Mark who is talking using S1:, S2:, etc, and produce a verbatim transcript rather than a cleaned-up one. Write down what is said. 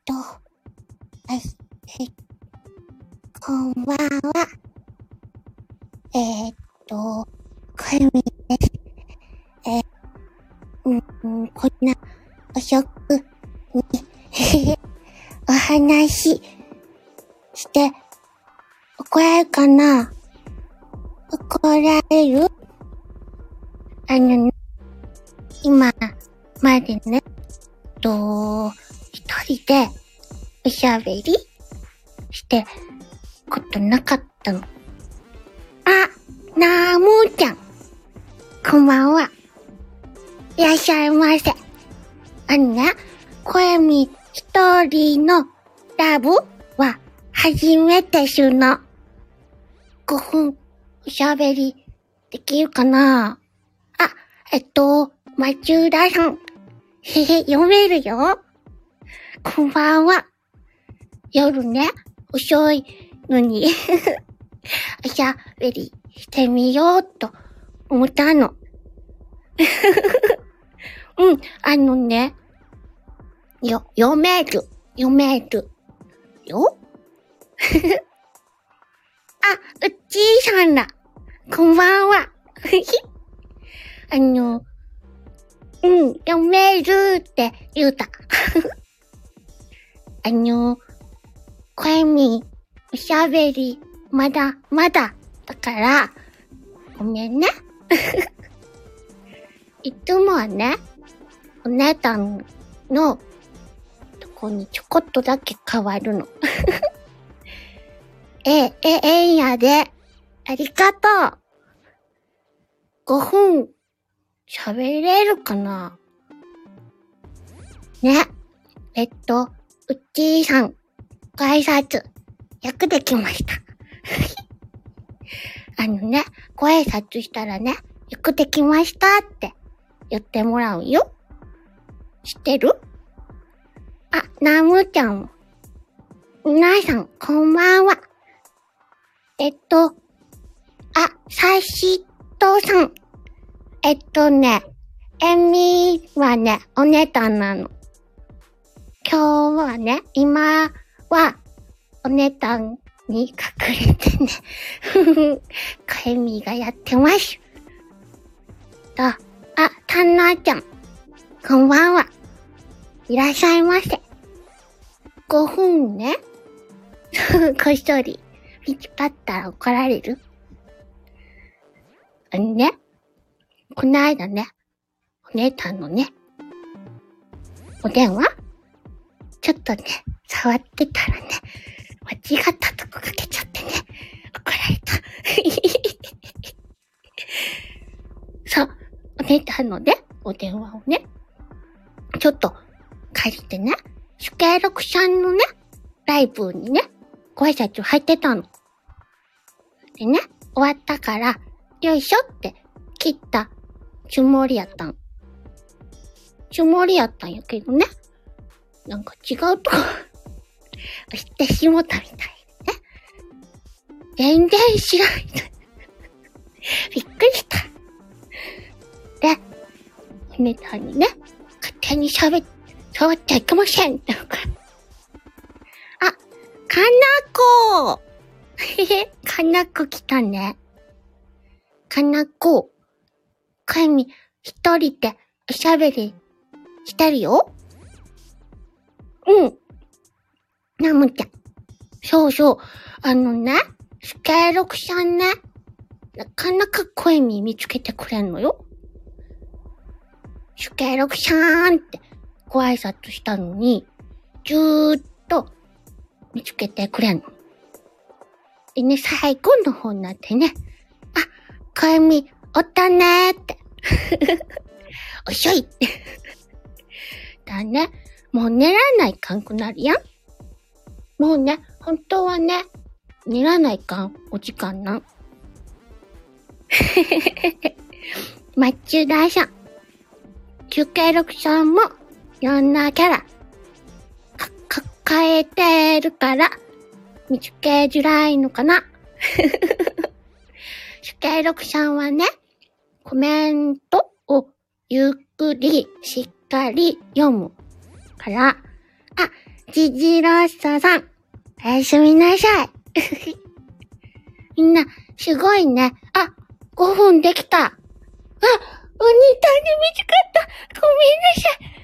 S1: と、あ、え、こんばんは。えー、っと、かゆみです。えー、うん、こんな遅くに、お話して、怒られるかな？怒られる？あのね、今までね、と、一人でおしゃべりしてことなかったの。あ、なーむーちゃん。こんばんは。いらっしゃいませ。あのね、声み一人のラブは初めてしゅの。ごふんおしゃべりできるかな？あ、えっと、町浦さん。へへ、読めるよ。こんばんは。夜ね、遅いのに、おしゃべりしてみようと思ったの。うん、あのね、よ、読める、読める、よ。あ、うっちーさんだ。こんばんは。あの、うん、読めるって言うた。あの、声み、おしゃべり、まだ、まだ、だから、ごめんね。いつもはね、お姉さんのとこにちょこっとだけ変わるの。え、え、えんやで、ありがとう。ごふん、喋れるかな？ね。えっと、うっちーさん、ご挨拶、よくできました。あのね、ご挨拶したらね、よくできましたって言ってもらうよ。知ってる？あ、なむちゃんも。皆さん、こんばんは。えっと、あ、さしとさん。えっとね、えみはね、お姉さんなの。今日はね、今は、お姉さんに隠れてね、ふふ、かえみがやってます。と、あ、たなちゃん。こんばんは。いらっしゃいませ。ごふんね。こっそり見つかったら怒られる？あのね、この間ね、お姉さんのね、お電話ちょっとね、触ってたらね、間違ったとこかけちゃってね、怒られた。そう、お姉さんのね、お電話をね、ちょっと借りてね、スケーロクさんのね、ライブにね、ご挨拶入ってたの。でね、終わったから、よいしょって切ったつもりやったん。つもりやったんやけどね、なんか違うとこ押してしもたみたいでね。全然知らない。びっくりした。で、お姉さんにね、勝手に喋って、触っちゃいけませんって言うから。あ、かなこへへ、かなこ来たね。かなこ、かみ一人でおしゃべりしてるよ。うん。なむちゃん。そうそう。あのね、スケーロクさんね、なかなか声に見つけてくれんのよ。スケーロクさんってご挨拶したのに、ずーっと見つけてくれんの。でね、最後の方になってね、あ、声みおったねーって。遅いって。だね、もう寝らないかんくなるやん。もうね、本当はね、寝らないかんお時間なん。マッチュダーさん。中継録さんも、いろんなキャラ、か、抱えてるから、見つけづらいのかな。中継録さんはね、コメントをゆっくりしっかり読むから、あ、 ジジロッソさん、おやすみなさい。みんな、すごいね。あ、ごふんできた。あ、お兄さんに見つかった。ごめんなさい。